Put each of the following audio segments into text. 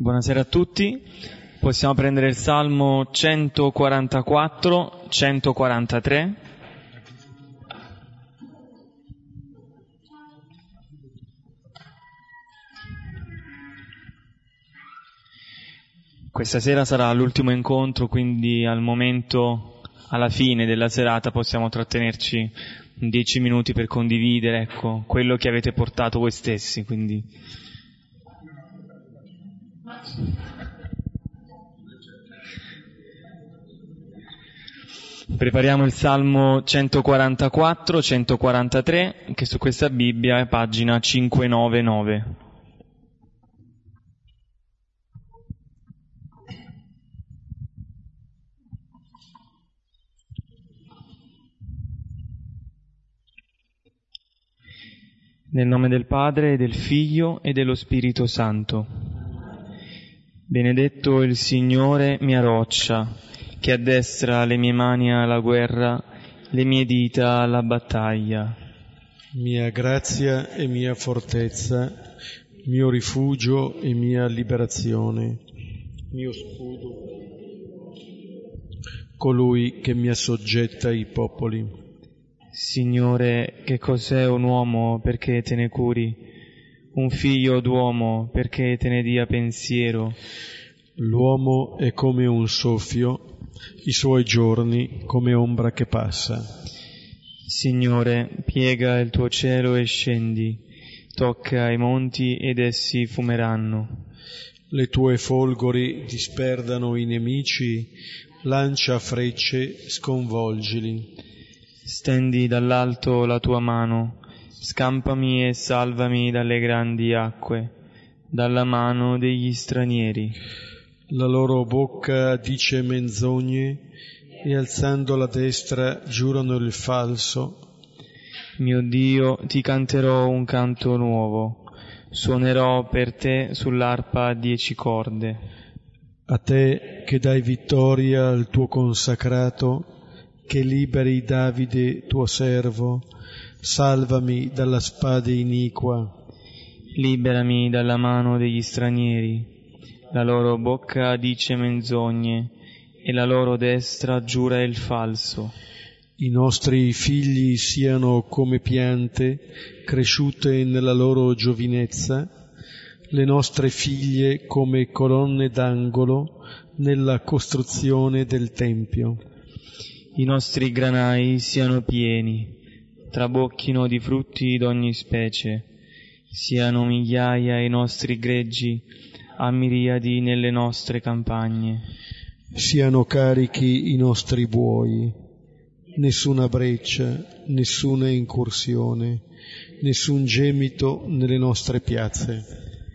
Buonasera a tutti. Possiamo prendere il Salmo 144, 143. Questa sera sarà l'ultimo incontro, quindi alla fine della serata possiamo trattenerci 10 minuti per condividere, quello che avete portato voi stessi, quindi... Prepariamo il Salmo 144, 143, che su questa Bibbia è pagina 599. Nel nome del Padre, e del Figlio e dello Spirito Santo. Benedetto il Signore, mia roccia, che addestra le mie mani alla guerra, le mie dita alla battaglia. Mia grazia e mia fortezza, mio rifugio e mia liberazione, mio scudo, colui che mi assoggetta i popoli. Signore, che cos'è un uomo perché te ne curi? Un figlio d'uomo perché te ne dia pensiero? L'uomo è come un soffio, i suoi giorni come ombra che passa. Signore, piega il tuo cielo e scendi, tocca i monti ed essi fumeranno. Le tue folgori disperdano i nemici, lancia frecce, sconvolgili. Stendi dall'alto la tua mano, scampami e salvami dalle grandi acque, dalla mano degli stranieri. La loro bocca dice menzogne e alzando la destra giurano il falso. Mio Dio, ti canterò un canto nuovo, suonerò per te sull'arpa a 10 corde. A te che dai vittoria al tuo consacrato, che liberi Davide tuo servo, salvami dalla spada iniqua. Liberami dalla mano degli stranieri. La loro bocca dice menzogne e la loro destra giura il falso. I nostri figli siano come piante cresciute nella loro giovinezza, le nostre figlie come colonne d'angolo nella costruzione del Tempio. I nostri granai siano pieni, trabocchino di frutti d'ogni specie, siano migliaia i nostri greggi, a miriadi nelle nostre campagne. Siano carichi i nostri buoi, nessuna breccia, nessuna incursione, nessun gemito nelle nostre piazze.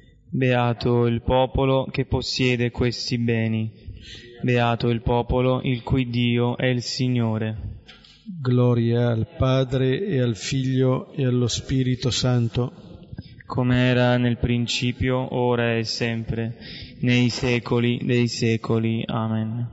Beato il popolo che possiede questi beni, beato il popolo il cui Dio è il Signore. Gloria al Padre e al Figlio e allo Spirito Santo, come era nel principio, ora e sempre, nei secoli dei secoli. Amen.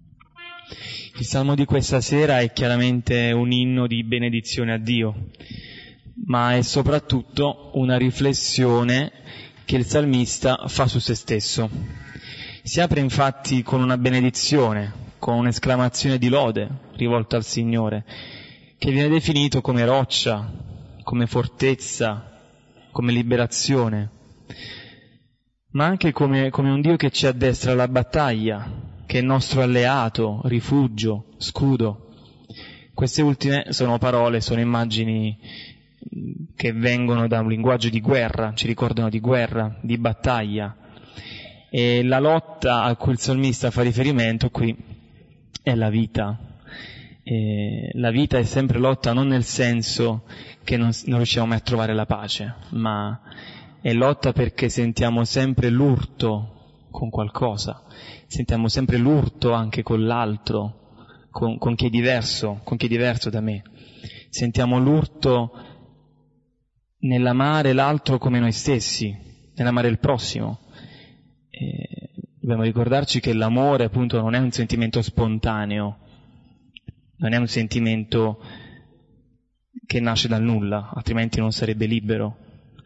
Il Salmo di questa sera è chiaramente un inno di benedizione a Dio, ma è soprattutto una riflessione che il salmista fa su se stesso. Si apre infatti con una benedizione, con un'esclamazione di lode rivolta al Signore, che viene definito come roccia, come fortezza, come liberazione, ma anche come un Dio che ci addestra alla battaglia, che è il nostro alleato, rifugio, scudo. Queste ultime sono parole, sono immagini che vengono da un linguaggio di guerra, ci ricordano di guerra, di battaglia. E la lotta a cui il salmista fa riferimento qui è la vita. E la vita è sempre lotta non nel senso che non riusciamo mai a trovare la pace, ma è lotta perché sentiamo sempre l'urto con qualcosa, sentiamo sempre l'urto anche con l'altro, con chi è diverso da me. Sentiamo l'urto nell'amare l'altro come noi stessi, nell'amare il prossimo. Dobbiamo ricordarci che l'amore appunto non è un sentimento spontaneo, non è un sentimento che nasce dal nulla, altrimenti non sarebbe libero,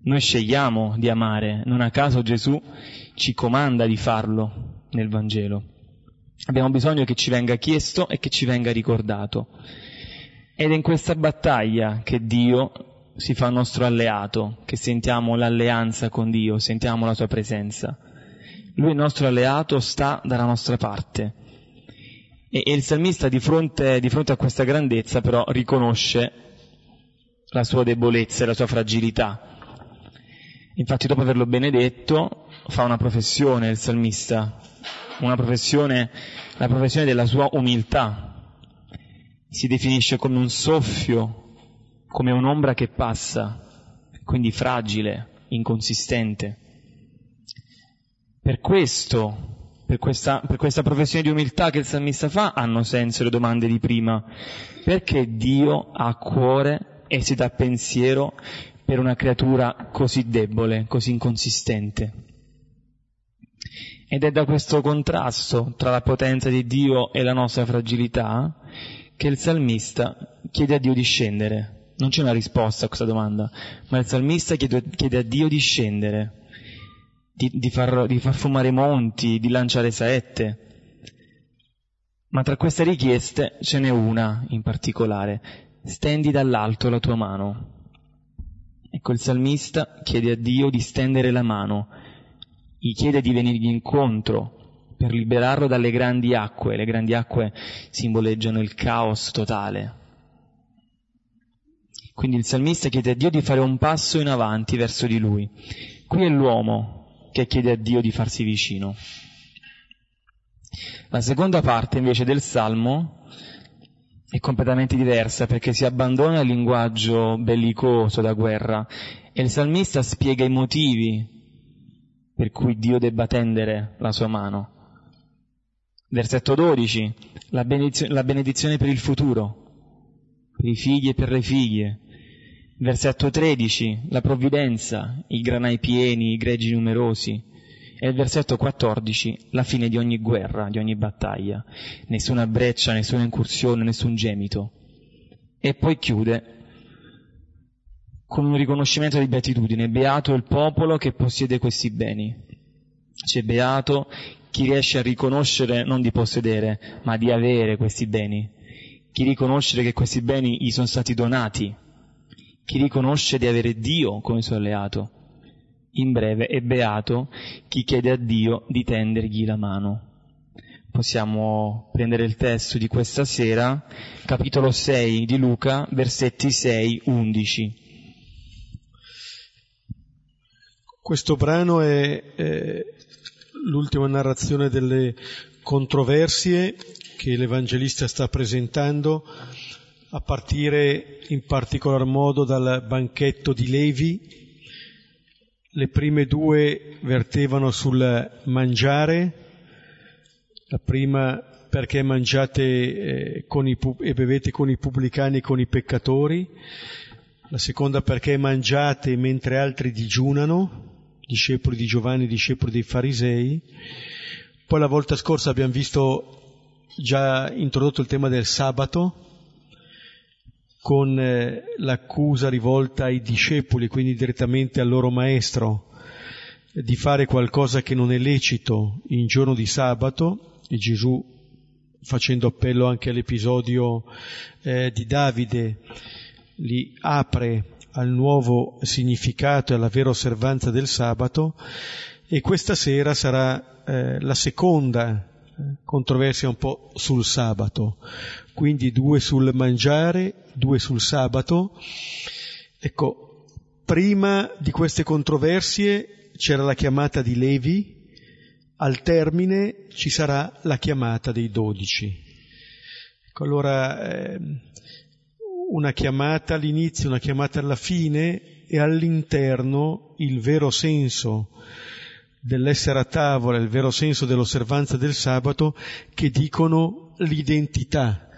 Noi scegliamo di amare, non a caso Gesù ci comanda di farlo nel Vangelo. Abbiamo bisogno che ci venga chiesto e che ci venga ricordato. Ed è in questa battaglia che Dio si fa nostro alleato, che sentiamo l'alleanza con Dio, sentiamo la sua presenza. Lui, il nostro alleato, sta dalla nostra parte. E il salmista di fronte a questa grandezza però riconosce la sua debolezza e la sua fragilità. Infatti, dopo averlo benedetto, fa una professione il salmista, la professione della sua umiltà. Si definisce come un soffio, come un'ombra che passa, quindi fragile, inconsistente. Per questa professione di umiltà che il salmista fa, hanno senso le domande di prima. Perché Dio ha a cuore e si dà pensiero per una creatura così debole, così inconsistente? Ed è da questo contrasto tra la potenza di Dio e la nostra fragilità che il salmista chiede a Dio di scendere. Non c'è una risposta a questa domanda, ma il salmista chiede a Dio di scendere, di far fumare monti, di lanciare saette. Ma tra queste richieste ce n'è una in particolare: stendi dall'alto la tua mano. Ecco, il salmista chiede a Dio di stendere la mano, gli chiede di venirgli incontro per liberarlo dalle grandi acque. Le grandi acque simboleggiano il caos totale. Quindi il salmista chiede a Dio di fare un passo in avanti verso di lui. Qui è l'uomo che chiede a Dio di farsi vicino. La seconda parte invece del Salmo è completamente diversa, perché si abbandona al linguaggio bellicoso da guerra e il salmista spiega i motivi per cui Dio debba tendere la sua mano. Versetto 12, la benedizione per il futuro, per i figli e per le figlie. Versetto 13, la provvidenza, i granai pieni, i greggi numerosi. E il versetto 14, la fine di ogni guerra, di ogni battaglia. Nessuna breccia, nessuna incursione, nessun gemito. E poi chiude con un riconoscimento di beatitudine: beato il popolo che possiede questi beni. Cioè, beato chi riesce a riconoscere, non di possedere, ma di avere questi beni. Chi riconosce che questi beni gli sono stati donati. Chi riconosce di avere Dio come suo alleato. In breve, è beato chi chiede a Dio di tendergli la mano. Possiamo prendere il testo di questa sera, capitolo 6 di Luca, versetti 6-11. Questo brano è l'ultima narrazione delle controversie che l'Evangelista sta presentando, a partire in particolar modo dal banchetto di Levi. Le prime due vertevano sul mangiare, la prima perché mangiate e bevete con i pubblicani e con i peccatori, la seconda perché mangiate mentre altri digiunano, discepoli di Giovanni, discepoli dei farisei. Poi la volta scorsa abbiamo visto già introdotto il tema del sabato, con l'accusa rivolta ai discepoli, quindi direttamente al loro maestro, di fare qualcosa che non è lecito in giorno di sabato, e Gesù, facendo appello anche all'episodio di Davide, li apre al nuovo significato e alla vera osservanza del sabato. E questa sera sarà la seconda controversia un po' sul sabato, quindi 2 sul mangiare, 2 sul sabato. Ecco, prima di queste controversie c'era la chiamata di Levi, al termine ci sarà la chiamata dei 12. Ecco, allora una chiamata all'inizio, una chiamata alla fine, e all'interno il vero senso dell'essere a tavola, il vero senso dell'osservanza del sabato, che dicono l'identità,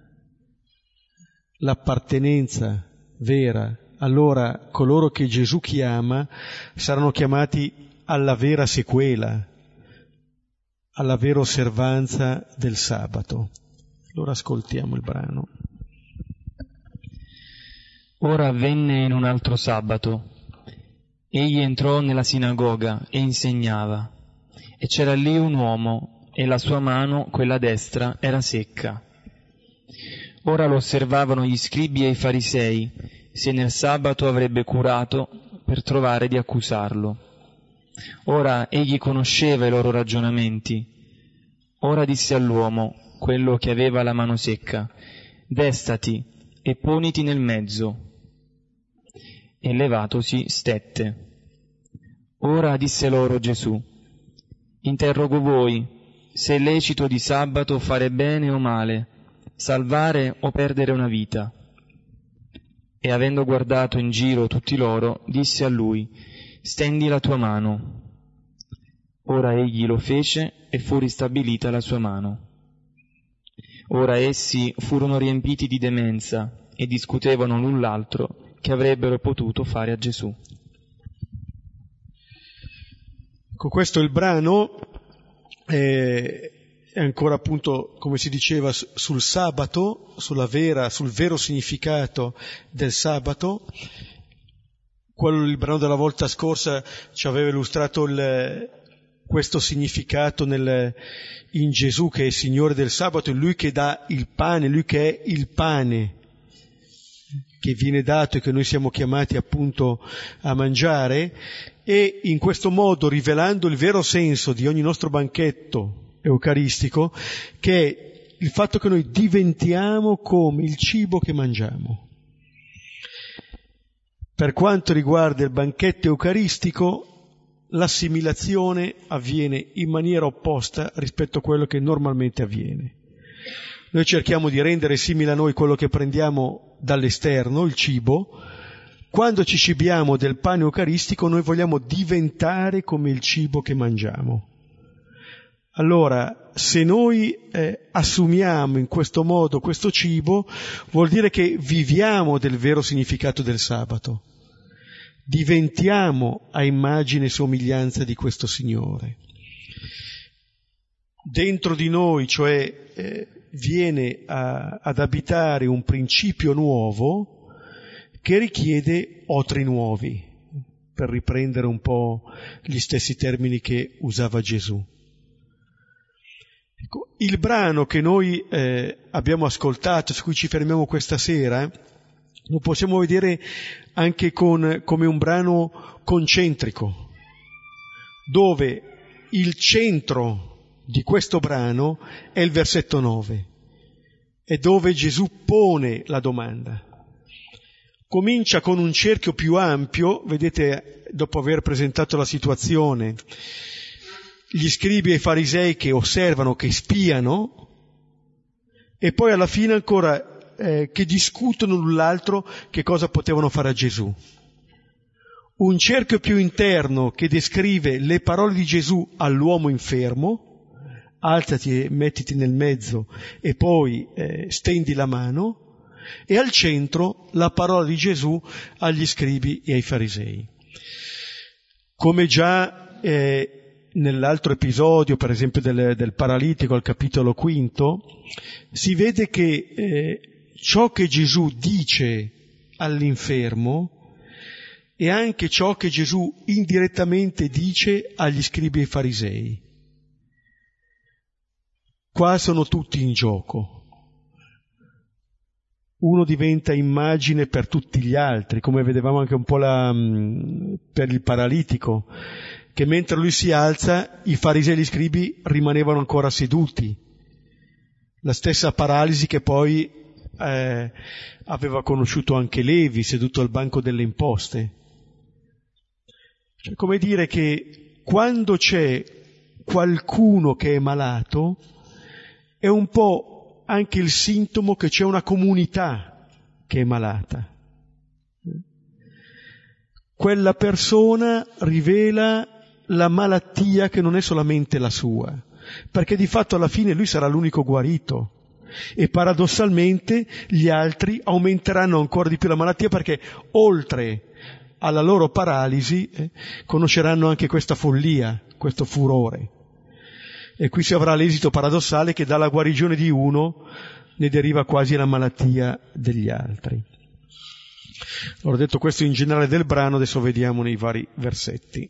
l'appartenenza vera. Allora coloro che Gesù chiama saranno chiamati alla vera sequela, alla vera osservanza del sabato. Allora ascoltiamo il brano. Ora avvenne in un altro sabato. Egli entrò nella sinagoga e insegnava, e c'era lì un uomo, e la sua mano, quella destra, era secca. Ora lo osservavano gli scribi e i farisei, se nel sabato avrebbe curato, per trovare di accusarlo. Ora egli conosceva i loro ragionamenti. Ora disse all'uomo, quello che aveva la mano secca, destati e poniti nel mezzo. E levatosi stette. Ora disse loro Gesù, interrogo voi, se è lecito di sabato fare bene o male, salvare o perdere una vita. E avendo guardato in giro tutti loro, disse a lui, stendi la tua mano. Ora egli lo fece e fu ristabilita la sua mano. Ora essi furono riempiti di demenza e discutevano l'un l'altro che avrebbero potuto fare a Gesù. Con questo il brano è ancora appunto, come si diceva, sul sabato, sul vero significato del sabato. Il brano della volta scorsa ci aveva illustrato questo significato in Gesù che è Signore del sabato, è Lui che dà il pane, Lui che è il pane che viene dato e che noi siamo chiamati appunto a mangiare, e in questo modo rivelando il vero senso di ogni nostro banchetto eucaristico, che è il fatto che noi diventiamo come il cibo che mangiamo. Per quanto riguarda il banchetto eucaristico, l'assimilazione avviene in maniera opposta rispetto a quello che normalmente avviene. Noi cerchiamo di rendere simile a noi quello che prendiamo dall'esterno, il cibo. Quando ci cibiamo del pane eucaristico, noi vogliamo diventare come il cibo che mangiamo. Allora, se noi assumiamo in questo modo questo cibo, vuol dire che viviamo del vero significato del sabato. Diventiamo a immagine e somiglianza di questo Signore. Dentro di noi, cioè, viene ad abitare un principio nuovo che richiede otri nuovi, per riprendere un po' gli stessi termini che usava Gesù. Ecco, il brano che noi abbiamo ascoltato, su cui ci fermiamo questa sera, lo possiamo vedere anche come un brano concentrico, dove il centro di questo brano è il versetto 9, è dove Gesù pone la domanda. Comincia con un cerchio più ampio, vedete, dopo aver presentato la situazione, gli scribi e i farisei che osservano, che spiano, e poi alla fine ancora che discutono l'un l'altro che cosa potevano fare a Gesù. Un cerchio più interno che descrive le parole di Gesù all'uomo infermo, alzati e mettiti nel mezzo e poi stendi la mano, e al centro la parola di Gesù agli scribi e ai farisei. Come già nell'altro episodio, per esempio del paralitico al capitolo 5, si vede che ciò che Gesù dice all'infermo è anche ciò che Gesù indirettamente dice agli scribi e ai farisei. Qua sono tutti in gioco. Uno diventa immagine per tutti gli altri, come vedevamo anche un po' per il paralitico, che mentre lui si alza, i farisei e gli scribi rimanevano ancora seduti. La stessa paralisi che poi aveva conosciuto anche Levi, seduto al banco delle imposte. Cioè, come dire che quando c'è qualcuno che è malato, è un po' anche il sintomo che c'è una comunità che è malata. Quella persona rivela la malattia che non è solamente la sua, perché di fatto alla fine lui sarà l'unico guarito e paradossalmente gli altri aumenteranno ancora di più la malattia, perché oltre alla loro paralisi conosceranno anche questa follia, questo furore. E qui si avrà l'esito paradossale che dalla guarigione di uno ne deriva quasi la malattia degli altri. Ho detto questo in generale del brano, adesso vediamo nei vari versetti.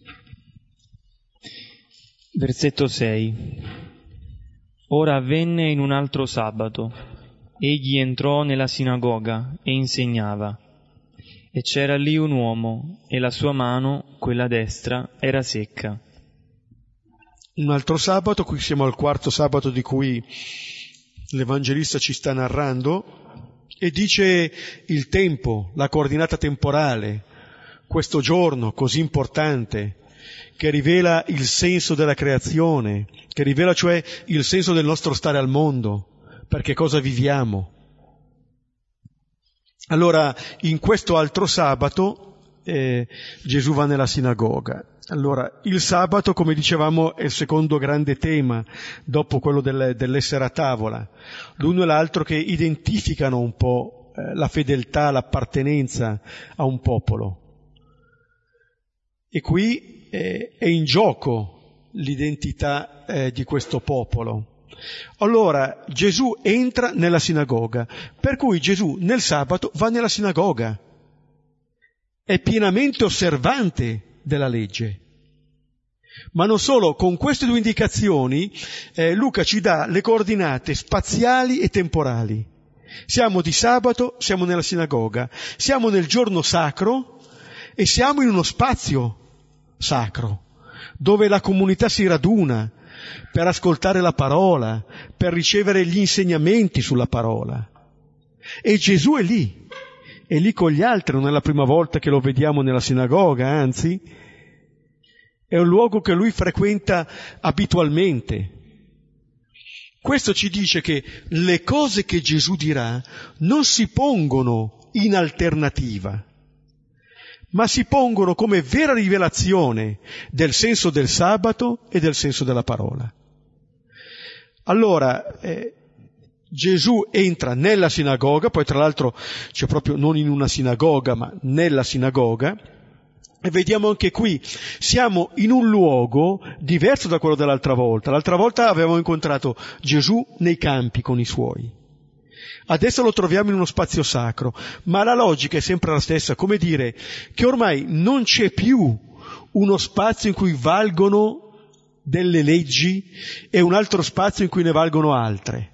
Versetto 6. Ora avvenne in un altro sabato. Egli entrò nella sinagoga e insegnava. E c'era lì un uomo, e la sua mano, quella destra, era secca. Un altro sabato, qui siamo al quarto sabato di cui l'Evangelista ci sta narrando, e dice il tempo, la coordinata temporale, questo giorno così importante, che rivela il senso della creazione, che rivela cioè il senso del nostro stare al mondo, perché cosa viviamo. Allora, in questo altro sabato, Gesù va nella sinagoga. Allora, il sabato, come dicevamo, è il secondo grande tema, dopo quello dell'essere a tavola. L'uno e l'altro che identificano un po' la fedeltà, l'appartenenza a un popolo. E qui è in gioco l'identità di questo popolo. Allora Gesù entra nella sinagoga, per cui Gesù nel sabato va nella sinagoga, è pienamente osservante della legge. Ma non solo, con queste due indicazioni Luca ci dà le coordinate spaziali e temporali. Siamo di sabato, siamo nella sinagoga, siamo nel giorno sacro e siamo in uno spazio sacro, dove la comunità si raduna per ascoltare la parola, per ricevere gli insegnamenti sulla parola. E Gesù è lì con gli altri, non è la prima volta che lo vediamo nella sinagoga, anzi, è un luogo che lui frequenta abitualmente. Questo ci dice che le cose che Gesù dirà non si pongono in alternativa, ma si pongono come vera rivelazione del senso del sabato e del senso della parola. Allora, Gesù entra nella sinagoga, poi tra l'altro c'è proprio non in una sinagoga, ma nella sinagoga, e vediamo anche qui, siamo in un luogo diverso da quello dell'altra volta. L'altra volta avevamo incontrato Gesù nei campi con i suoi. Adesso lo troviamo in uno spazio sacro, ma la logica è sempre la stessa, come dire che ormai non c'è più uno spazio in cui valgono delle leggi e un altro spazio in cui ne valgono altre.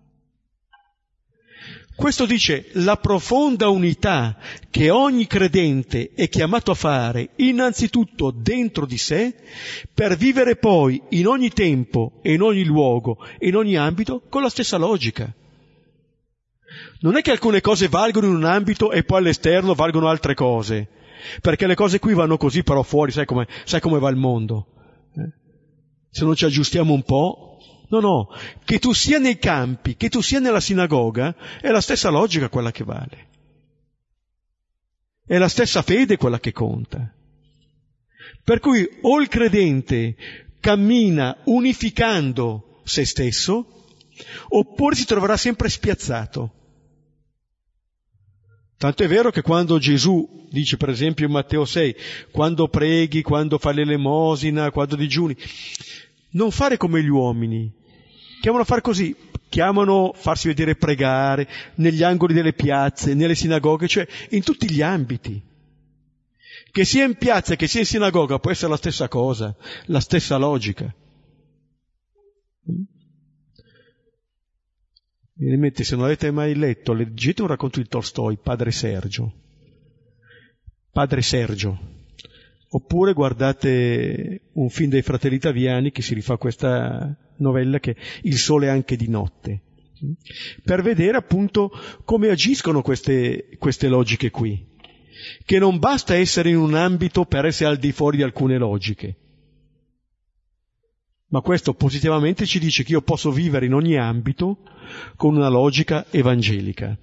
Questo dice la profonda unità che ogni credente è chiamato a fare innanzitutto dentro di sé per vivere poi in ogni tempo e in ogni luogo e in ogni ambito con la stessa logica. Non è che alcune cose valgono in un ambito e poi all'esterno valgono altre cose, perché le cose qui vanno così, però fuori sai come va il mondo. Se non ci aggiustiamo un po', no, che tu sia nei campi, che tu sia nella sinagoga, è la stessa logica quella che vale. È la stessa fede quella che conta. Per cui o il credente cammina unificando se stesso, oppure si troverà sempre spiazzato. Tanto è vero che quando Gesù dice, per esempio in Matteo 6, quando preghi, quando fai l'elemosina, quando digiuni, non fare come gli uomini, chiamano a fare così, chiamano farsi vedere pregare negli angoli delle piazze, nelle sinagoghe, cioè in tutti gli ambiti. Che sia in piazza che sia in sinagoga può essere la stessa cosa, la stessa logica. Mi rimette, se non avete mai letto, leggete un racconto di Tolstoi, Padre Sergio. Oppure guardate un film dei Fratelli Taviani che si rifà questa novella che è Il sole anche di notte, per vedere appunto come agiscono queste logiche qui, che non basta essere in un ambito per essere al di fuori di alcune logiche, ma questo positivamente ci dice che io posso vivere in ogni ambito con una logica evangelica.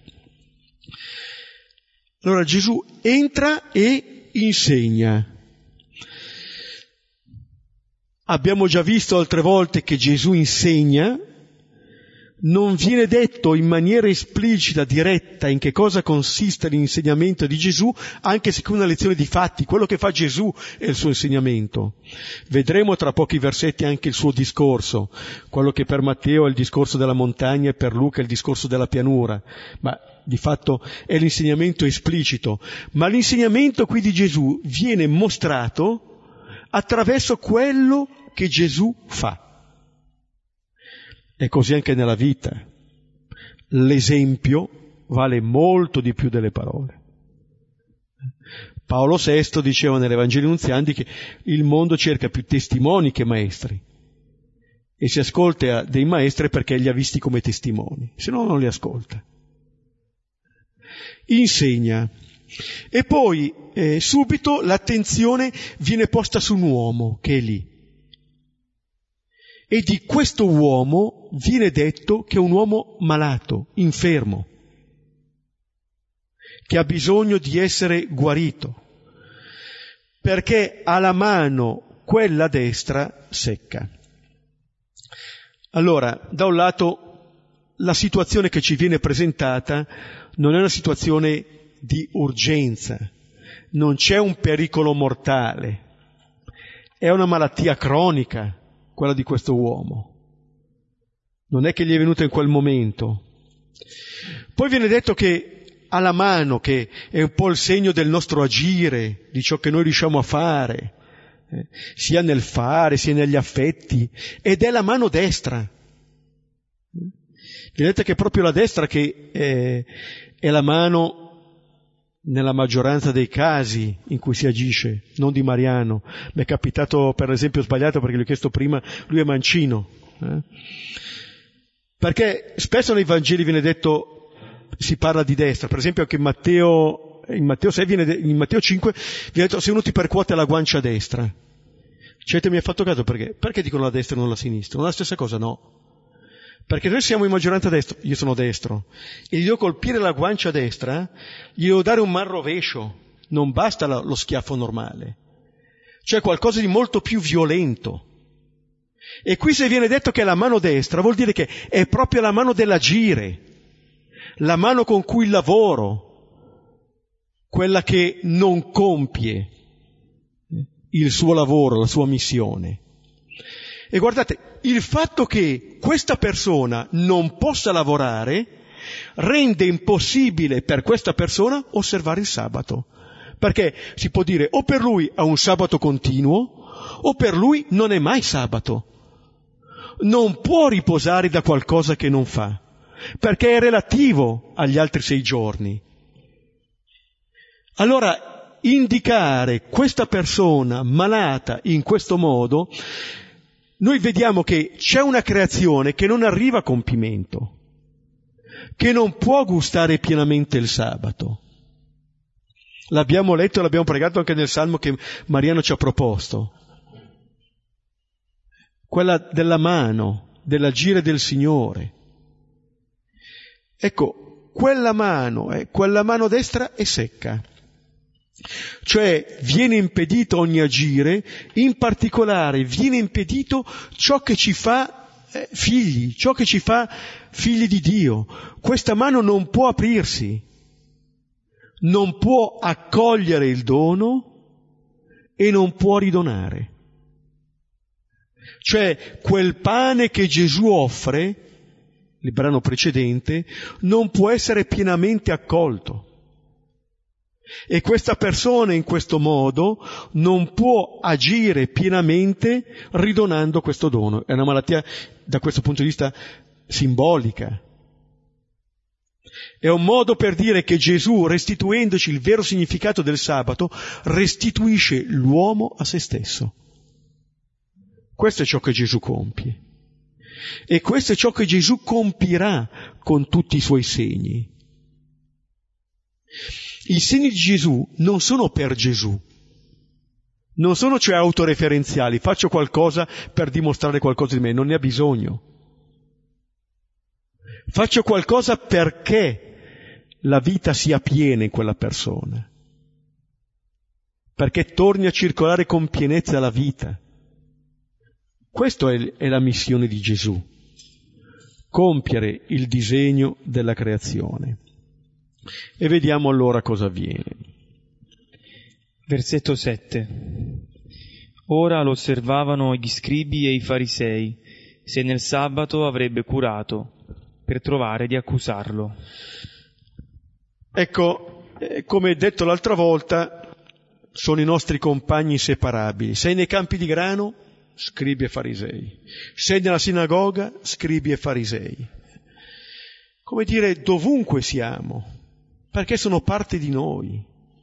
Allora Gesù entra e insegna. Abbiamo già visto altre volte che Gesù insegna non viene detto in maniera esplicita, diretta, in che cosa consiste l'insegnamento di Gesù, anche se con una lezione di fatti. Quello che fa Gesù è il suo insegnamento. Vedremo tra pochi versetti anche il suo discorso, quello che per Matteo è il discorso della montagna e per Luca è il discorso della pianura, ma di fatto è l'insegnamento esplicito. Ma l'insegnamento qui di Gesù viene mostrato attraverso quello che Gesù fa. È così anche nella vita. L'esempio vale molto di più delle parole. Paolo VI diceva nell'Evangeli Nunziandi che il mondo cerca più testimoni che maestri e si ascolta dei maestri perché li ha visti come testimoni, se no non li ascolta. Insegna. E poi subito l'attenzione viene posta su un uomo che è lì. E di questo uomo viene detto che è un uomo malato, infermo, che ha bisogno di essere guarito, perché ha la mano, quella destra, secca. Allora, da un lato, la situazione che ci viene presentata non è una situazione di urgenza, non c'è un pericolo mortale, è una malattia cronica, quella di questo uomo. Non è che gli è venuta in quel momento. Poi viene detto che ha la mano, che è un po' il segno del nostro agire, di ciò che noi riusciamo a fare, sia nel fare, sia negli affetti, ed è la mano destra. Viene detto che è proprio la destra che è la mano nella maggioranza dei casi in cui si agisce, non di Mariano. Mi è capitato per l'esempio sbagliato perché gli ho chiesto prima, lui è mancino. Perché spesso nei Vangeli viene detto, si parla di destra, per esempio anche in Matteo 6, in Matteo 5 viene detto se uno ti percuote la guancia destra. Cioè, mi ha fatto caso perché? Perché dicono la destra e non la sinistra? Non è la stessa cosa, no. Perché noi siamo in maggioranza destra, io sono destro, e gli devo colpire la guancia destra, gli devo dare un malrovescio, non basta lo schiaffo normale. Cioè qualcosa di molto più violento. E qui se viene detto che è la mano destra, vuol dire che è proprio la mano dell'agire, la mano con cui lavoro, quella che non compie il suo lavoro, la sua missione. E guardate, il fatto che questa persona non possa lavorare rende impossibile per questa persona osservare il sabato. Perché si può dire o per lui ha un sabato continuo o per lui non è mai sabato. Non può riposare da qualcosa che non fa, perché è relativo agli altri 6 giorni. Allora, indicare questa persona malata in questo modo, noi vediamo che c'è una creazione che non arriva a compimento, che non può gustare pienamente il sabato. L'abbiamo letto e l'abbiamo pregato anche nel Salmo che Mariano ci ha proposto. Quella della mano, dell'agire del Signore. Ecco, quella mano destra è secca. Cioè viene impedito ogni agire, in particolare viene impedito ciò che ci fa figli, ciò che ci fa figli di Dio. Questa mano non può aprirsi, non può accogliere il dono e non può ridonare. Cioè quel pane che Gesù offre, il brano precedente, non può essere pienamente accolto. E questa persona in questo modo non può agire pienamente ridonando questo dono. È una malattia da questo punto di vista simbolica. È un modo per dire che Gesù, restituendoci il vero significato del sabato, restituisce l'uomo a se stesso. Questo è ciò che Gesù compie. E questo è ciò che Gesù compirà con tutti i suoi segni. I segni di Gesù non sono per Gesù, non sono cioè autoreferenziali, faccio qualcosa per dimostrare qualcosa di me, non ne ha bisogno. Faccio qualcosa perché la vita sia piena in quella persona, perché torni a circolare con pienezza la vita. Questa è la missione di Gesù. compiere il disegno della creazione. E vediamo allora cosa avviene. Versetto 7. Ora lo osservavano gli scribi e i farisei, se nel sabato avrebbe curato, per trovare di accusarlo. Ecco, come detto l'altra volta, sono i nostri compagni inseparabili. Sei nei campi di grano, scribi e farisei. Sei nella sinagoga, scribi e farisei. Come dire, dovunque siamo, perché sono parte di noi.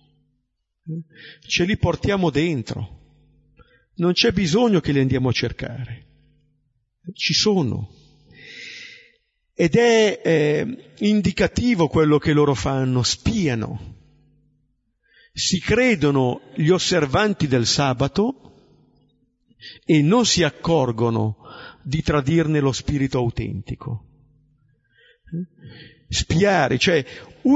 Ce li portiamo dentro. Non c'è bisogno che li andiamo a cercare. Ci sono. Ed è indicativo quello che loro fanno, spiano. Si credono gli osservanti del sabato e non si accorgono di tradirne lo spirito autentico. Spiare, cioè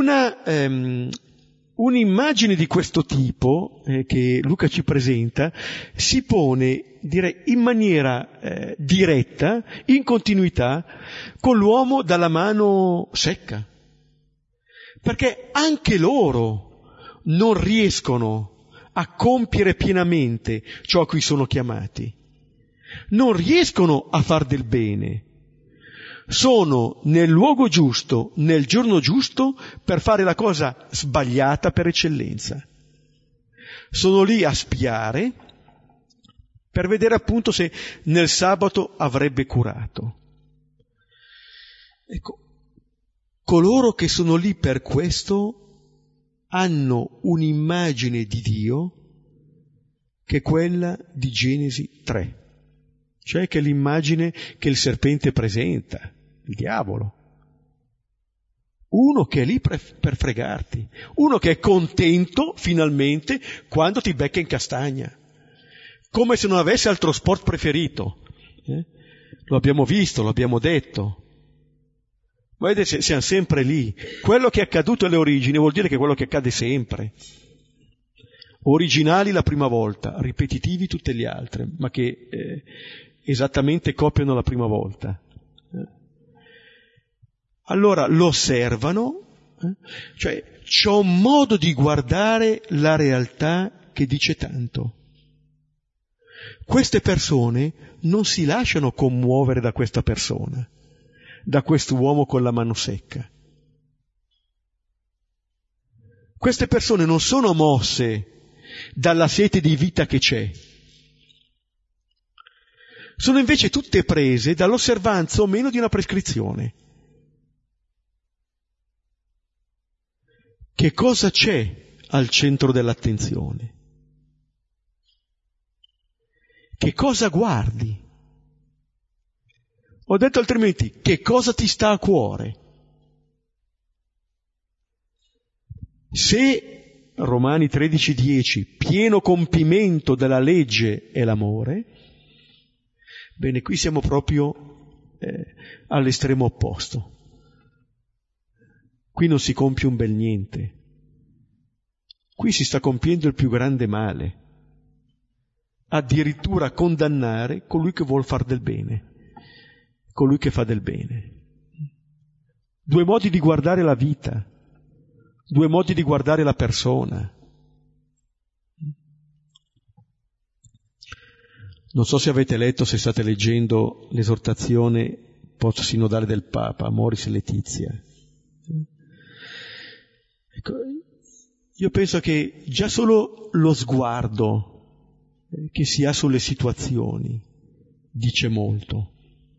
un'immagine di questo tipo che Luca ci presenta si pone, direi, in maniera diretta, in continuità, con l'uomo dalla mano secca. Perché anche loro non riescono a compiere pienamente ciò a cui sono chiamati. Non riescono a far del bene. Sono nel luogo giusto, nel giorno giusto, per fare la cosa sbagliata per eccellenza. Sono lì a spiare per vedere appunto se nel sabato avrebbe curato. Ecco, coloro che sono lì per questo hanno un'immagine di Dio che è quella di Genesi 3, cioè che è l'immagine che il serpente presenta, il diavolo. Uno che è lì per fregarti, uno che è contento finalmente quando ti becca in castagna, come se non avesse altro sport preferito. Lo abbiamo visto, lo abbiamo detto. Vedete, siamo sempre lì. Quello che è accaduto alle origini vuol dire che è quello che accade sempre. Originali la prima volta, ripetitivi tutte le altre, ma che esattamente copiano la prima volta. Allora lo osservano, cioè c'è un modo di guardare la realtà che dice tanto. Queste persone non si lasciano commuovere da questa persona, da quest'uomo con la mano secca. Queste persone non sono mosse dalla sete di vita che c'è. Sono invece tutte prese dall'osservanza o meno di una prescrizione. Che cosa c'è al centro dell'attenzione? Che cosa guardi? Ho detto altrimenti, che cosa ti sta a cuore? Se Romani 13,10, pieno compimento della legge è l'amore, bene, qui siamo proprio all'estremo opposto. Qui non si compie un bel niente. Qui si sta compiendo il più grande male. Addirittura condannare colui che vuol far del bene, colui che fa del bene. Due modi di guardare la vita, due modi di guardare la persona. Non so se avete letto, se state leggendo l'esortazione post-sinodale del Papa, Amoris Laetitia. Ecco, io penso che già solo lo sguardo che si ha sulle situazioni dice molto.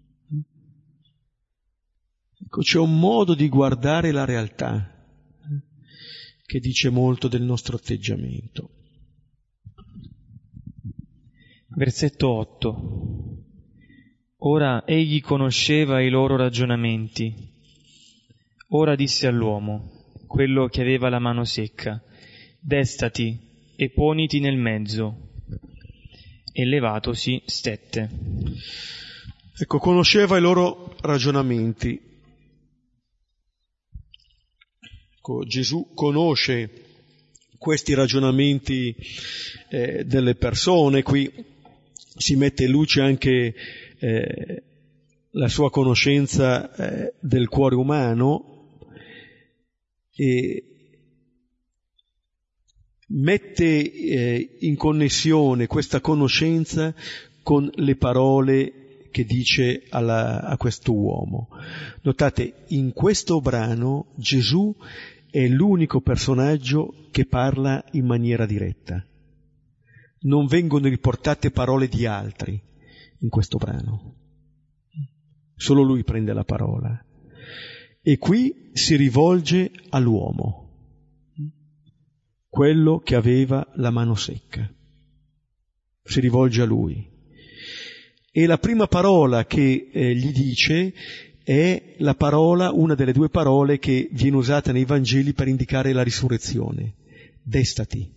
Ecco, c'è un modo di guardare la realtà che dice molto del nostro atteggiamento. Versetto 8. Ora egli conosceva i loro ragionamenti. Ora disse all'uomo, quello che aveva la mano secca, destati e poniti nel mezzo. E levatosi stette. Ecco, conosceva i loro ragionamenti. Ecco, Gesù conosce questi ragionamenti delle persone. Qui si mette in luce anche la sua conoscenza del cuore umano e mette in connessione questa conoscenza con le parole che dice a questo uomo. Notate, in questo brano Gesù è l'unico personaggio che parla in maniera diretta. Non vengono riportate parole di altri in questo brano. Solo lui prende la parola. E qui si rivolge all'uomo, quello che aveva la mano secca. Si rivolge a lui. E la prima parola che gli dice è la parola, una delle due parole che viene usata nei Vangeli per indicare la risurrezione. Destati.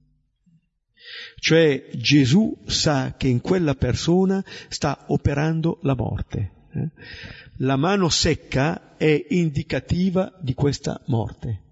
Cioè Gesù sa che in quella persona sta operando la morte. La mano secca è indicativa di questa morte.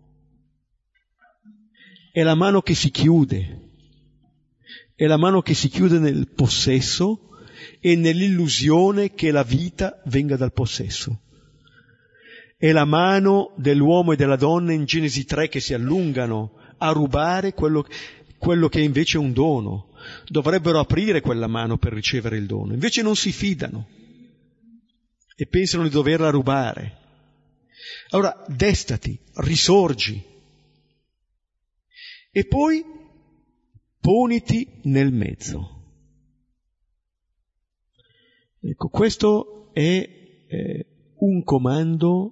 È la mano che si chiude, è la mano che si chiude nel possesso e nell'illusione che la vita venga dal possesso. È la mano dell'uomo e della donna in Genesi 3 che si allungano a rubare quello che è invece un dono. Dovrebbero aprire quella mano per ricevere il dono, invece non si fidano e pensano di doverla rubare. Allora, destati, risorgi. E poi poniti nel mezzo. Ecco, questo è un comando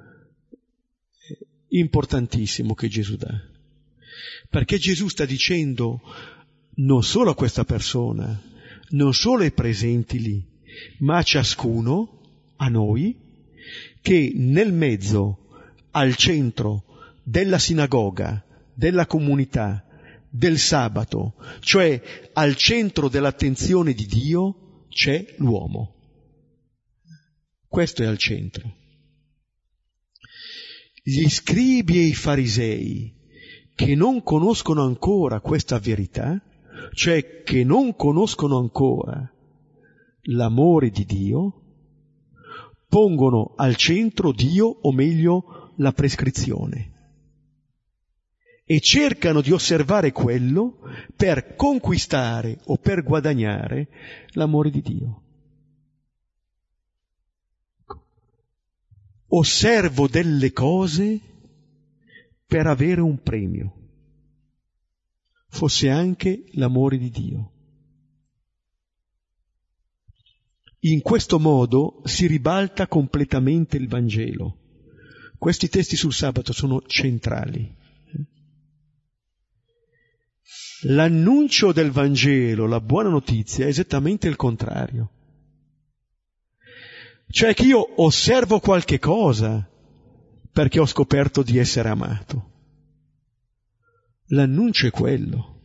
importantissimo che Gesù dà. Perché Gesù sta dicendo non solo a questa persona, non solo ai presenti lì, ma a ciascuno, a noi, che nel mezzo, al centro della sinagoga, della comunità, del sabato, cioè al centro dell'attenzione di Dio, c'è l'uomo. Questo è al centro. Gli scribi e i farisei che non conoscono ancora questa verità, cioè che non conoscono ancora l'amore di Dio, pongono al centro Dio, o meglio la prescrizione, e cercano di osservare quello per conquistare o per guadagnare l'amore di Dio. Osservo delle cose per avere un premio, fosse anche l'amore di Dio. In questo modo si ribalta completamente il Vangelo. Questi testi sul sabato sono centrali. L'annuncio del Vangelo, la buona notizia, è esattamente il contrario. Cioè che io osservo qualche cosa perché ho scoperto di essere amato. L'annuncio è quello.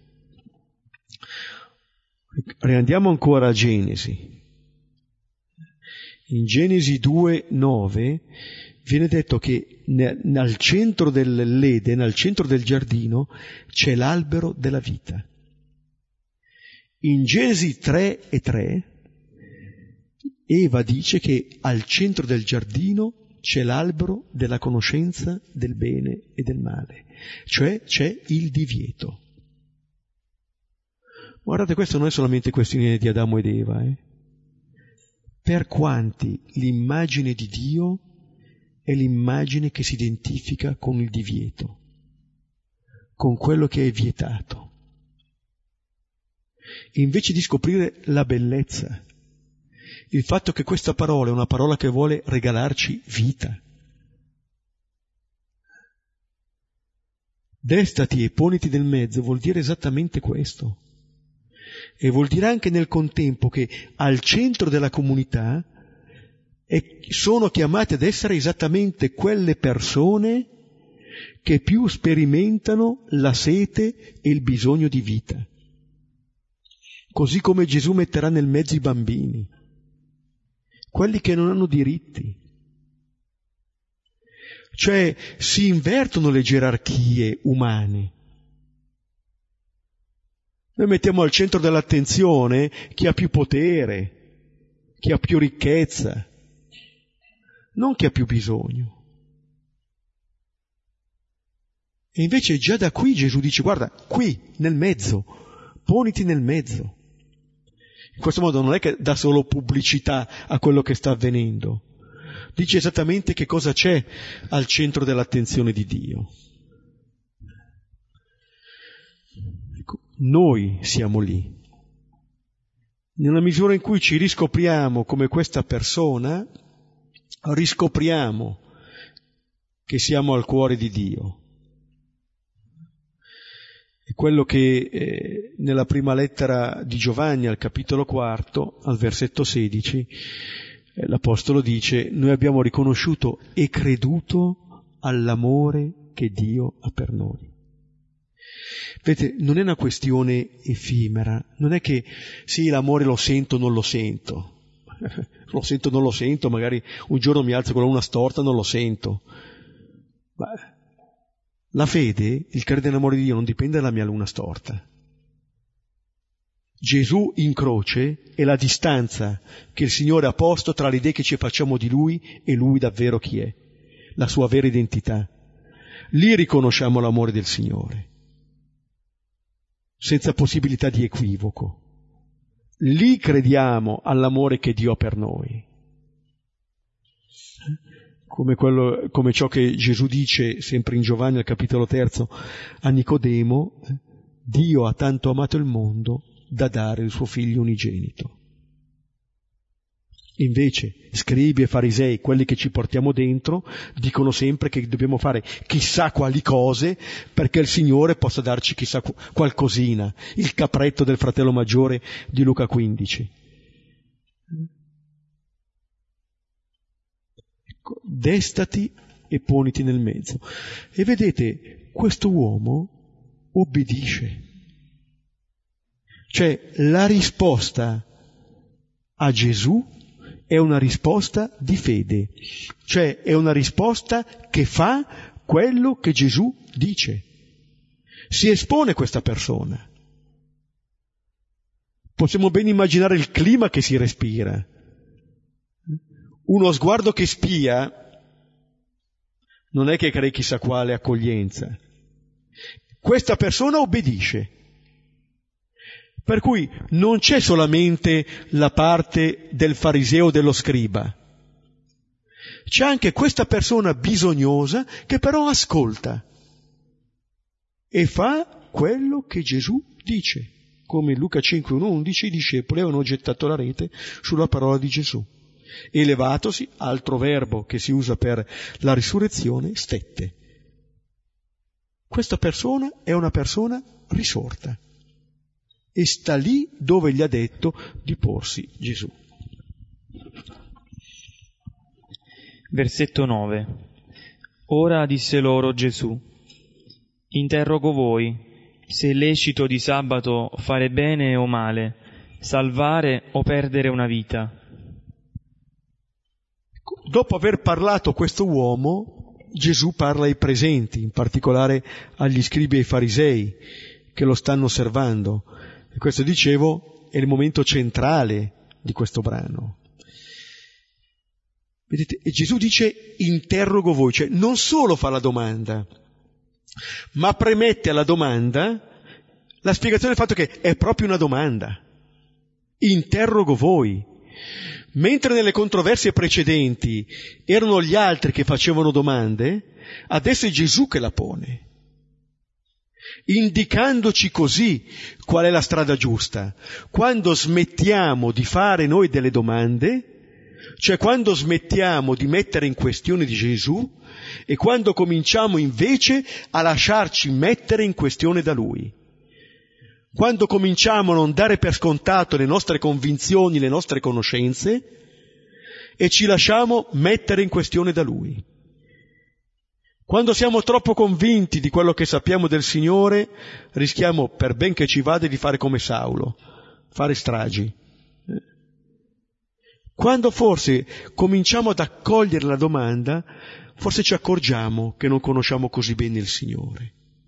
Riandiamo ancora a Genesi. In Genesi 2:9 viene detto che al centro dell'Eden, al centro del giardino, c'è l'albero della vita. In Genesi 3:3 Eva dice che al centro del giardino c'è l'albero della conoscenza del bene e del male, cioè c'è il divieto. Guardate, questo non è solamente questione di Adamo ed Eva. Per quanti l'immagine di Dio è l'immagine che si identifica con il divieto, con quello che è vietato. E invece di scoprire la bellezza, il fatto che questa parola è una parola che vuole regalarci vita. Destati e poniti nel mezzo vuol dire esattamente questo. E vuol dire anche nel contempo che al centro della comunità sono chiamate ad essere esattamente quelle persone che più sperimentano la sete e il bisogno di vita. Così come Gesù metterà nel mezzo i bambini, quelli che non hanno diritti. Cioè si invertono le gerarchie umane. Noi mettiamo al centro dell'attenzione chi ha più potere, chi ha più ricchezza, non chi ha più bisogno. E invece già da qui Gesù dice, guarda, qui, nel mezzo, poniti nel mezzo. In questo modo non è che dà solo pubblicità a quello che sta avvenendo, dice esattamente che cosa c'è al centro dell'attenzione di Dio. Ecco, noi siamo lì. Nella misura in cui ci riscopriamo come questa persona, riscopriamo che siamo al cuore di Dio. È quello che nella prima lettera di Giovanni, al capitolo 4, al versetto 16, l'Apostolo dice: noi abbiamo riconosciuto e creduto all'amore che Dio ha per noi. Vedete, non è una questione effimera, non è che sì, l'amore lo sento, non lo sento, lo sento, non lo sento, magari un giorno mi alzo con la luna storta, non lo sento. Ma la fede, il credere nell'amore di Dio, non dipende dalla mia luna storta. Gesù in croce è la distanza che il Signore ha posto tra l'idea che ci facciamo di Lui e Lui davvero chi è, la sua vera identità. Lì riconosciamo l'amore del Signore, senza possibilità di equivoco. Lì crediamo all'amore che Dio ha per noi. Come ciò che Gesù dice sempre in Giovanni al capitolo 3 a Nicodemo: Dio ha tanto amato il mondo da dare il suo figlio unigenito. Invece scribi e farisei, quelli che ci portiamo dentro, dicono sempre che dobbiamo fare chissà quali cose perché il Signore possa darci chissà qualcosina, il capretto del fratello maggiore di Luca 15. Ecco, destati e poniti nel mezzo. E vedete, questo uomo obbedisce. Cioè, la risposta a Gesù è una risposta di fede, cioè è una risposta che fa quello che Gesù dice. Si espone questa persona. Possiamo ben immaginare il clima che si respira. Uno sguardo che spia non è che crei chissà quale accoglienza. Questa persona obbedisce. Per cui non c'è solamente la parte del fariseo o dello scriba, c'è anche questa persona bisognosa che però ascolta e fa quello che Gesù dice. Come in Luca 5:1-11 i discepoli avevano gettato la rete sulla parola di Gesù. E levatosi, altro verbo che si usa per la risurrezione, stette. Questa persona è una persona risorta. E sta lì dove gli ha detto di porsi Gesù. Versetto 9. Ora disse loro Gesù: interrogo voi, se è lecito di sabato fare bene o male, salvare o perdere una vita. Dopo aver parlato a questo uomo, Gesù parla ai presenti, in particolare agli scribi e ai farisei che lo stanno osservando. E questo, dicevo, è il momento centrale di questo brano. Vedete, e Gesù dice interrogo voi, cioè non solo fa la domanda, ma premette alla domanda la spiegazione del fatto che è proprio una domanda. Interrogo voi. Mentre nelle controversie precedenti erano gli altri che facevano domande, adesso è Gesù che la pone, indicandoci così qual è la strada giusta. Quando smettiamo di fare noi delle domande, cioè quando smettiamo di mettere in questione di Gesù e quando cominciamo invece a lasciarci mettere in questione da Lui. Quando cominciamo a non dare per scontato le nostre convinzioni, le nostre conoscenze e ci lasciamo mettere in questione da Lui. Quando siamo troppo convinti di quello che sappiamo del Signore, rischiamo, per ben che ci vada, di fare come Saulo, fare stragi. Quando forse cominciamo ad accogliere la domanda, forse ci accorgiamo che non conosciamo così bene il Signore.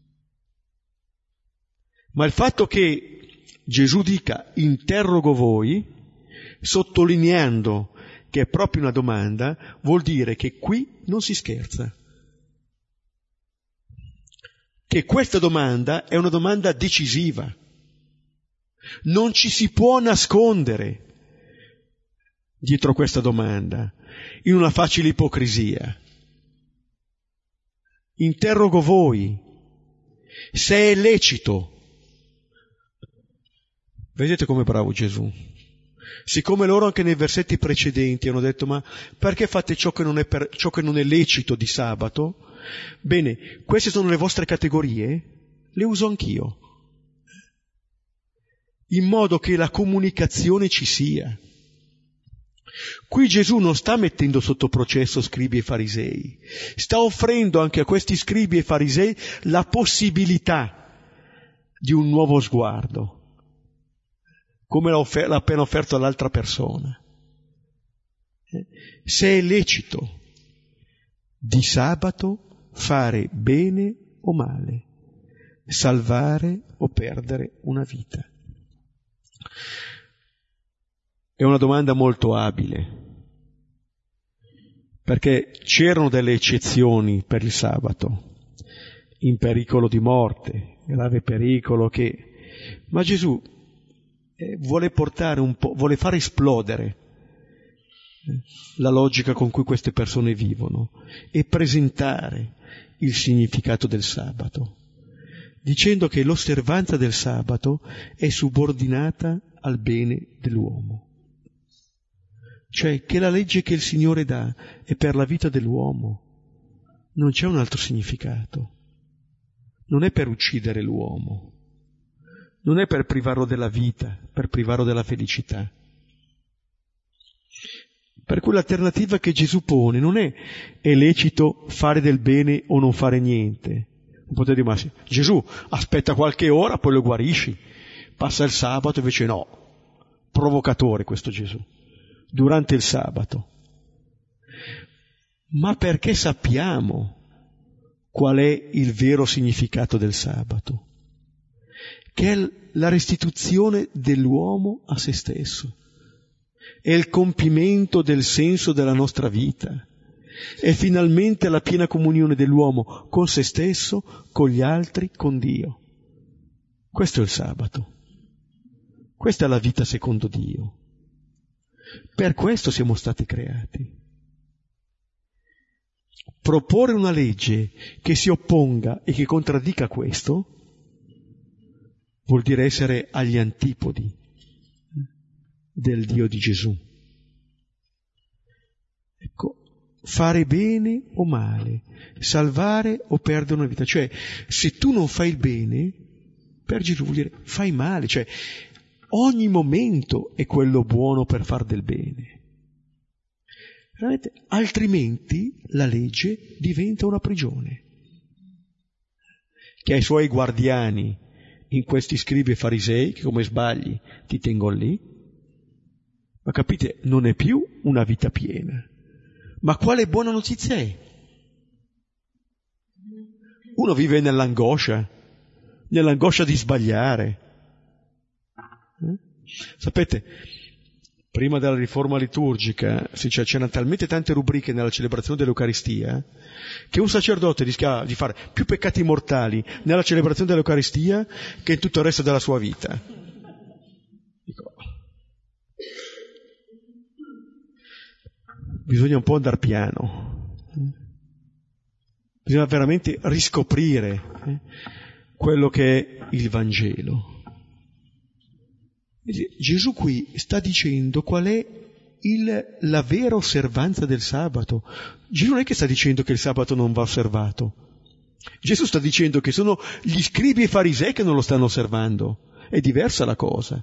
Ma il fatto che Gesù dica interrogo voi, sottolineando che è proprio una domanda, vuol dire che qui non si scherza. Che questa domanda è una domanda decisiva. Non ci si può nascondere dietro questa domanda, in una facile ipocrisia. Interrogo voi, se è lecito. Vedete com'è bravo Gesù? Siccome loro anche nei versetti precedenti hanno detto ma perché fate ciò che non è lecito di sabato? Bene, queste sono le vostre categorie, le uso anch'io, in modo che la comunicazione ci sia. Qui Gesù non sta mettendo sotto processo scribi e farisei, sta offrendo anche a questi scribi e farisei la possibilità di un nuovo sguardo, come l'ha appena offerto all'altra persona. Se è lecito di sabato fare bene o male, salvare o perdere una vita. È una domanda molto abile, perché c'erano delle eccezioni per il sabato, in pericolo di morte, grave pericolo ma Gesù vuole portare vuole far esplodere la logica con cui queste persone vivono e presentare il significato del sabato, dicendo che l'osservanza del sabato è subordinata al bene dell'uomo. Cioè che la legge che il Signore dà è per la vita dell'uomo, non c'è un altro significato, non è per uccidere l'uomo, non è per privarlo della vita, per privarlo della felicità. Per cui l'alternativa che Gesù pone non è lecito fare del bene o non fare niente. Non potete dire, ma sì, Gesù aspetta qualche ora, poi lo guarisci, passa il sabato, invece no, provocatore questo Gesù, durante il sabato. Ma perché sappiamo qual è il vero significato del sabato? Che è la restituzione dell'uomo a se stesso, è il compimento del senso della nostra vita, è finalmente la piena comunione dell'uomo con se stesso, con gli altri, con Dio. Questo è il sabato, questa è la vita secondo Dio. Per questo siamo stati creati. Proporre una legge che si opponga e che contraddica questo vuol dire essere agli antipodi del Dio di Gesù. Ecco, fare bene o male, salvare o perdere una vita. Cioè, se tu non fai il bene, per Gesù vuol dire fai male. Cioè, ogni momento è quello buono per far del bene. Veramente, altrimenti la legge diventa una prigione che ha i suoi guardiani in questi scribi e farisei che come sbagli ti tengono lì, ma capite, non è più una vita piena. Ma quale buona notizia è? Uno vive nell'angoscia di sbagliare. Sapete, prima della riforma liturgica c'erano talmente tante rubriche nella celebrazione dell'Eucaristia che un sacerdote rischiava di fare più peccati mortali nella celebrazione dell'Eucaristia che in tutto il resto della sua vita. Dico, bisogna un po' andare piano, bisogna veramente riscoprire quello che è il Vangelo. Gesù qui sta dicendo qual è la vera osservanza del sabato. Gesù non è che sta dicendo che il sabato non va osservato. Gesù sta dicendo che sono gli scribi e i farisei che non lo stanno osservando. È diversa la cosa.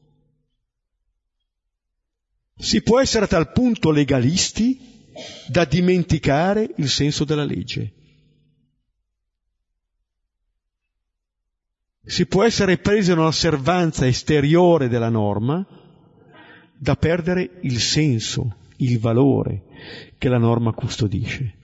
Si può essere a tal punto legalisti da dimenticare il senso della legge. Si può essere presi in un'osservanza esteriore della norma da perdere il senso, il valore che la norma custodisce.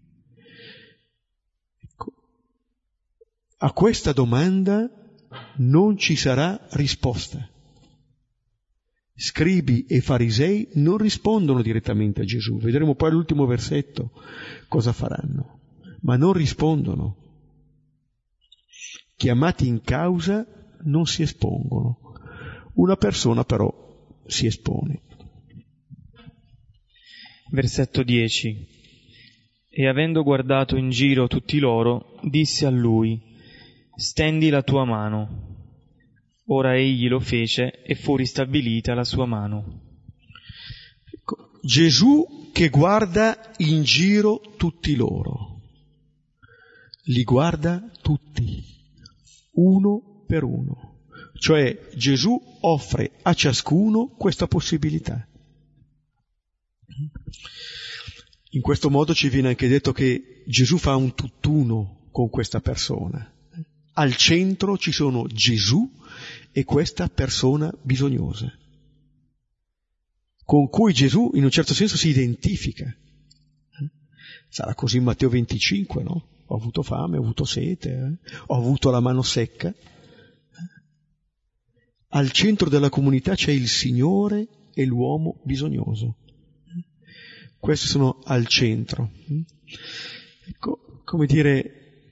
Ecco, a questa domanda non ci sarà risposta. Scribi e farisei non rispondono direttamente a Gesù. Vedremo poi all'ultimo versetto cosa faranno, ma non rispondono. Chiamati in causa non si espongono. Una persona però si espone. Versetto 10. E avendo guardato in giro tutti loro, disse a lui: stendi la tua mano. Ora egli lo fece e fu ristabilita la sua mano. Ecco, Gesù che guarda in giro tutti loro. Li guarda tutti, uno per uno. Cioè Gesù offre a ciascuno questa possibilità. In questo modo ci viene anche detto che Gesù fa un tutt'uno con questa persona. Al centro ci sono Gesù e questa persona bisognosa, con cui Gesù in un certo senso si identifica. Sarà così in Matteo 25, no? Ho avuto fame, ho avuto sete, ho avuto la mano secca. Al centro della comunità c'è il Signore e l'uomo bisognoso. Questi sono al centro. Ecco, come dire,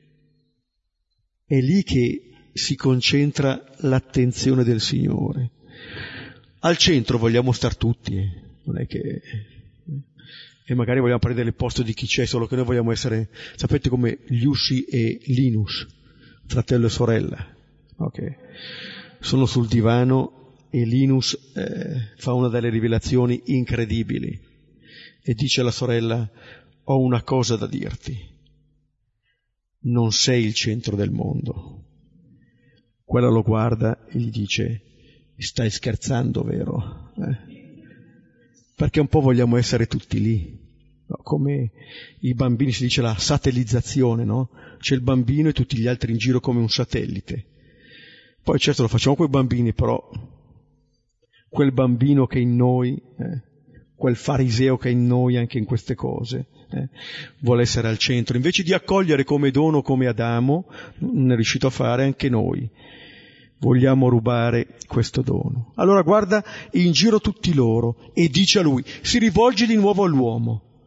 è lì che si concentra l'attenzione del Signore. Al centro vogliamo star tutti, non è che... E magari vogliamo prendere il posto di chi c'è, solo che noi vogliamo essere, sapete, come Liussi e Linus, fratello e sorella. Okay. Sono sul divano e Linus fa una delle rivelazioni incredibili e dice alla sorella: ho una cosa da dirti, non sei il centro del mondo. Quella lo guarda e gli dice: stai scherzando, vero? Perché un po' vogliamo essere tutti lì, no? Come i bambini, si dice la satellizzazione, no? C'è il bambino e tutti gli altri in giro come un satellite. Poi certo lo facciamo coi bambini, però quel bambino che è in noi, quel fariseo che è in noi anche in queste cose, vuole essere al centro. Invece di accogliere come dono, come Adamo, non è riuscito a fare, anche noi vogliamo rubare questo dono. Allora guarda in giro tutti loro e dice a lui, si rivolge di nuovo all'uomo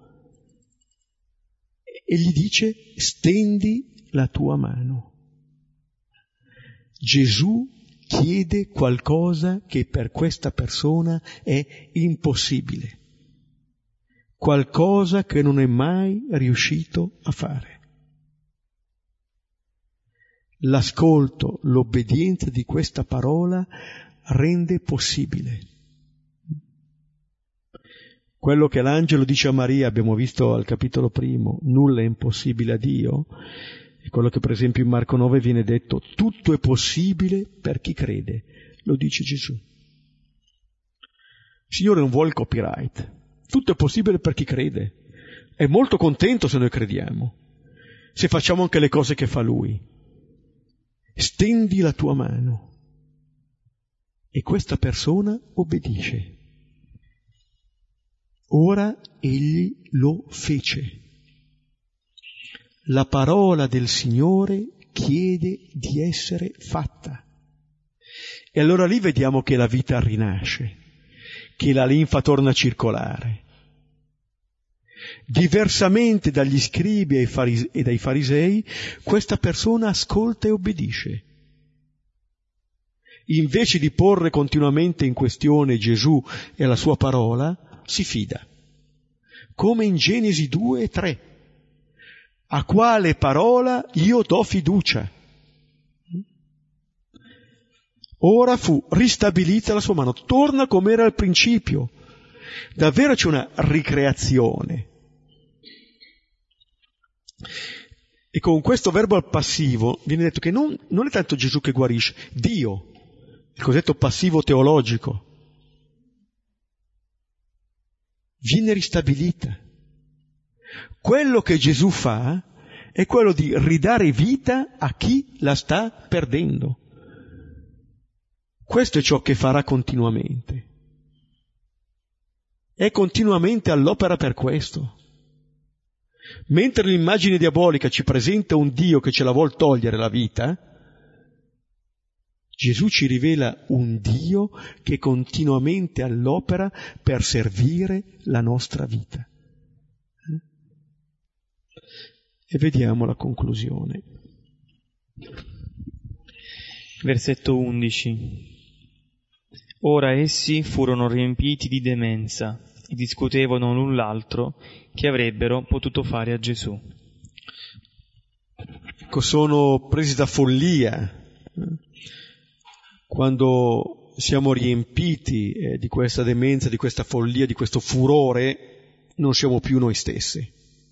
e gli dice: stendi la tua mano. Gesù chiede qualcosa che per questa persona è impossibile, qualcosa che non è mai riuscito a fare. L'ascolto, l'obbedienza di questa parola rende possibile. Quello che l'angelo dice a Maria, abbiamo visto al capitolo 1, nulla è impossibile a Dio, e quello che per esempio in Marco 9 viene detto, tutto è possibile per chi crede, lo dice Gesù. Il Signore non vuole il copyright, tutto è possibile per chi crede, è molto contento se noi crediamo, se facciamo anche le cose che fa Lui. Stendi la tua mano e questa persona obbedisce. Ora egli lo fece. La parola del Signore chiede di essere fatta. E allora lì vediamo che la vita rinasce, che la linfa torna a circolare. Diversamente dagli scribi e dai farisei, questa persona ascolta e obbedisce. Invece di porre continuamente in questione Gesù e la sua parola, si fida. Come in Genesi 2 e 3. A quale parola io do fiducia? Ora fu ristabilita la sua mano, torna come era al principio. Davvero c'è una ricreazione. E con questo verbo al passivo viene detto che non è tanto Gesù che guarisce, Dio, il cosiddetto passivo teologico, viene ristabilita. Quello che Gesù fa è quello di ridare vita a chi la sta perdendo. Questo è ciò che farà continuamente. È continuamente all'opera per questo. Mentre l'immagine diabolica ci presenta un Dio che ce la vuol togliere la vita, Gesù ci rivela un Dio che è continuamente all'opera per servire la nostra vita. E vediamo la conclusione. Versetto 11. Ora essi furono riempiti di demenza e discutevano l'un l'altro che avrebbero potuto fare a Gesù. Ecco, sono presi da follia quando siamo riempiti di questa demenza, di questa follia, di questo furore, non siamo più noi stessi.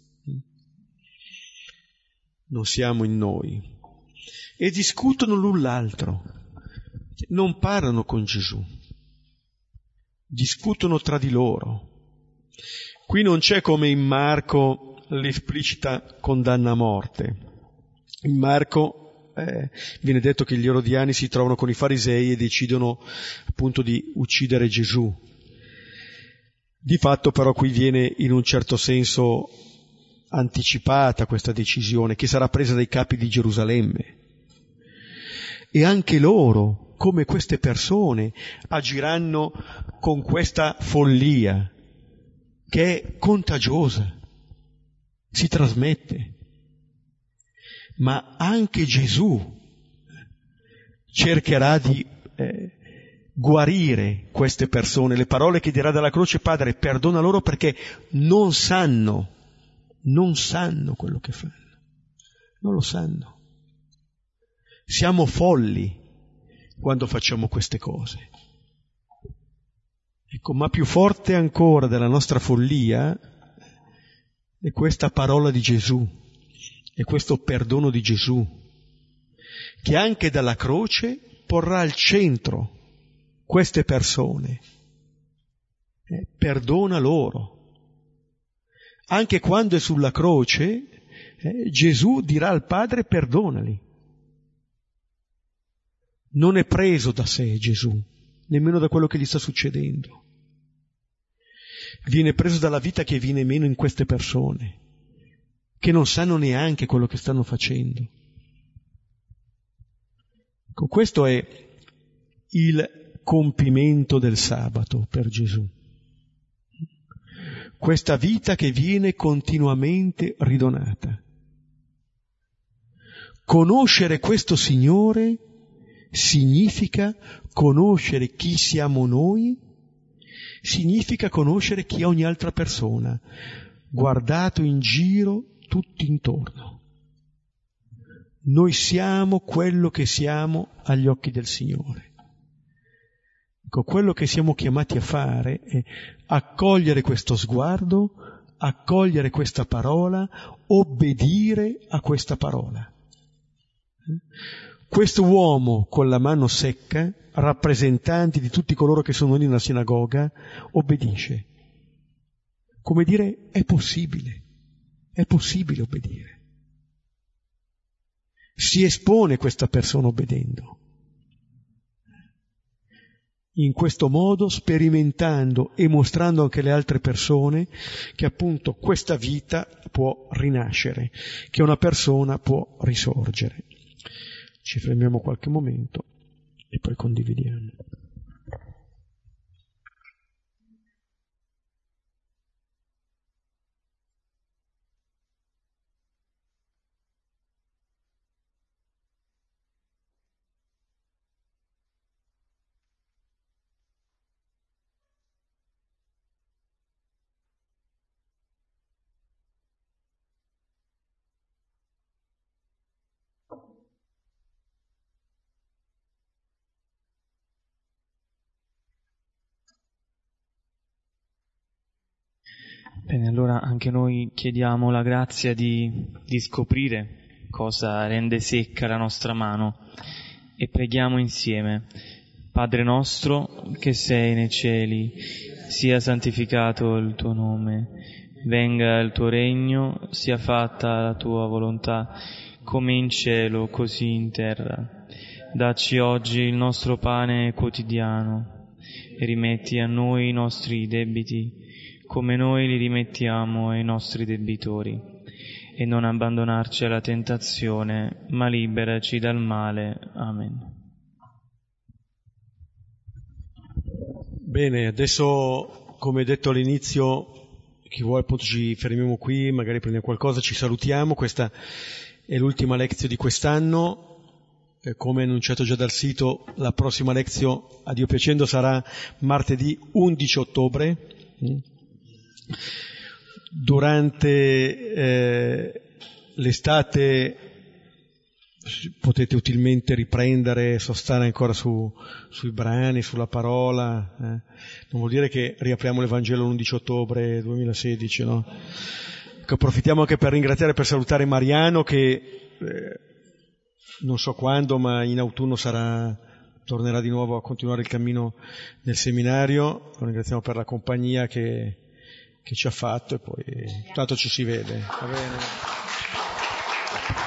Non siamo in noi. E discutono l'un l'altro. Non parlano con Gesù. Discutono tra di loro. Qui non c'è come in Marco l'esplicita condanna a morte. In Marco viene detto che gli erodiani si trovano con i farisei e decidono appunto di uccidere Gesù. Di fatto però qui viene in un certo senso anticipata questa decisione, che sarà presa dai capi di Gerusalemme. E anche loro, come queste persone, agiranno con questa follia che è contagiosa, si trasmette. Ma anche Gesù cercherà di guarire queste persone. Le parole che dirà dalla croce: Padre, perdona loro perché non sanno quello che fanno. Non lo sanno. Siamo folli quando facciamo queste cose. Ecco, ma più forte ancora della nostra follia è questa parola di Gesù. E questo perdono di Gesù, che anche dalla croce porrà al centro queste persone. Perdona loro. Anche quando è sulla croce, Gesù dirà al Padre: perdonali. Non è preso da sé Gesù, nemmeno da quello che gli sta succedendo. Viene preso dalla vita che viene meno in queste persone, che non sanno neanche quello che stanno facendo. Ecco, questo è il compimento del sabato per Gesù. Questa vita che viene continuamente ridonata. Conoscere questo Signore significa conoscere chi siamo noi, significa conoscere chi è ogni altra persona, guardato in giro tutti intorno. Noi siamo quello che siamo agli occhi del Signore. Ecco, quello che siamo chiamati a fare è accogliere questo sguardo, accogliere questa parola, obbedire a questa parola. Questo uomo con la mano secca, rappresentante di tutti coloro che sono lì nella sinagoga, obbedisce. Come dire, è possibile obbedire. Si espone questa persona obbedendo. In questo modo sperimentando e mostrando anche alle altre persone che appunto questa vita può rinascere, che una persona può risorgere. Ci fermiamo qualche momento e poi condividiamo. Bene, allora anche noi chiediamo la grazia di scoprire cosa rende secca la nostra mano e preghiamo insieme. Padre nostro che sei nei cieli, sia santificato il tuo nome, venga il tuo regno, sia fatta la tua volontà, come in cielo così in terra. Dacci oggi il nostro pane quotidiano e rimetti a noi i nostri debiti, come noi li rimettiamo ai nostri debitori, e non abbandonarci alla tentazione, ma liberaci dal male. Amen. Bene, adesso, come detto all'inizio, chi vuole appunto ci fermiamo qui, magari prendiamo qualcosa, ci salutiamo. Questa è l'ultima lezione di quest'anno. Come annunciato già dal sito, la prossima lezione, a Dio piacendo, sarà martedì 11 ottobre. Durante l'estate potete utilmente riprendere, sostare ancora sui brani, sulla parola. Non vuol dire che riapriamo il Vangelo l'11 ottobre 2016, no? Approfittiamo anche per ringraziare e per salutare Mariano che non so quando, ma in autunno tornerà di nuovo a continuare il cammino nel seminario. Lo ringraziamo per la compagnia che ci ha fatto e poi tanto ci si vede. Va bene.